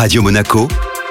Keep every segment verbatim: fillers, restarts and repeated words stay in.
Radio Monaco,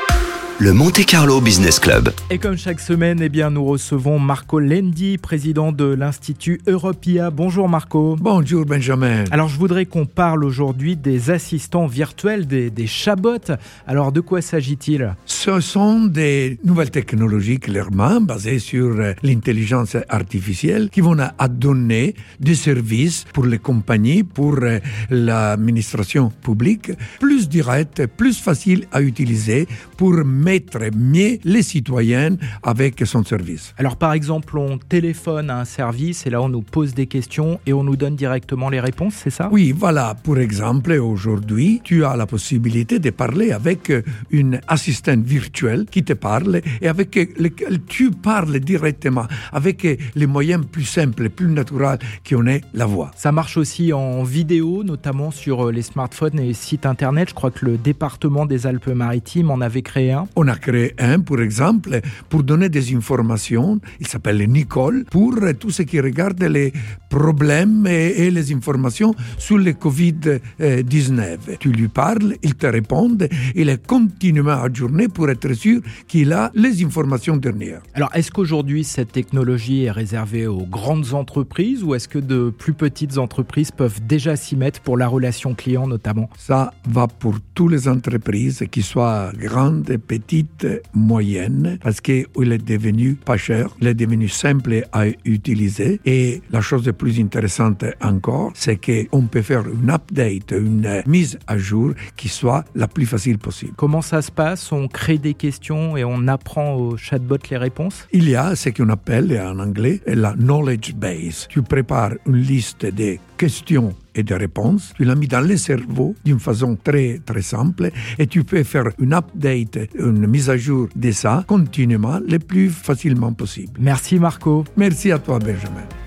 le Monte Carlo Business Club. Et comme chaque semaine, eh bien, nous recevons Marco Lendi, président de l'Institut Europia. Bonjour Marco. Bonjour Benjamin. Alors je voudrais qu'on parle aujourd'hui des assistants virtuels, des, des chatbots. Alors de quoi s'agit-il ? Ce sont des nouvelles technologies clairement basées sur l'intelligence artificielle qui vont donner des services pour les compagnies, pour l'administration publique, plus directs, plus faciles à utiliser pour mettre mieux les citoyens avec son service. Alors par exemple, on téléphone à un service et là on nous pose des questions et on nous donne directement les réponses, c'est ça ? Oui, voilà. Pour exemple, aujourd'hui, tu as la possibilité de parler avec une assistante virtuelle qui te parle et avec laquelle tu parles directement avec les moyens plus simples, plus naturels qu'on est la voix. Ça marche aussi en vidéo, notamment sur les smartphones et les sites internet. Je crois que le département des Alpes-Maritimes en avait créé un. On a créé un, pour exemple, pour donner des informations. Il s'appelle Nicole, pour tout ce qui regarde les problèmes et, et les informations sur le covid dix-neuf. Tu lui parles, il te répond, il est continuellement ajourné pour être sûr qu'il a les informations dernières. Alors, est-ce qu'aujourd'hui, cette technologie est réservée aux grandes entreprises ou est-ce que de plus petites entreprises peuvent déjà s'y mettre pour la relation client notamment ? Ça va pour toutes les entreprises, qui soient grandes, petites, moyennes, parce qu'il est devenu pas cher, il est devenu simple à utiliser. Et la chose la plus intéressante encore, c'est qu'on peut faire une update, une mise à jour qui soit la plus facile possible. Comment ça se passe ? On crée des questions et on apprend au chatbot les réponses ? Il y a ce qu'on appelle en anglais la knowledge base. Tu prépares une liste de questions et de réponses, tu l'as mis dans le cerveau d'une façon très très simple et tu peux faire une update, une mise à jour de ça continuellement le plus facilement possible. Merci Marco. Merci à toi Benjamin.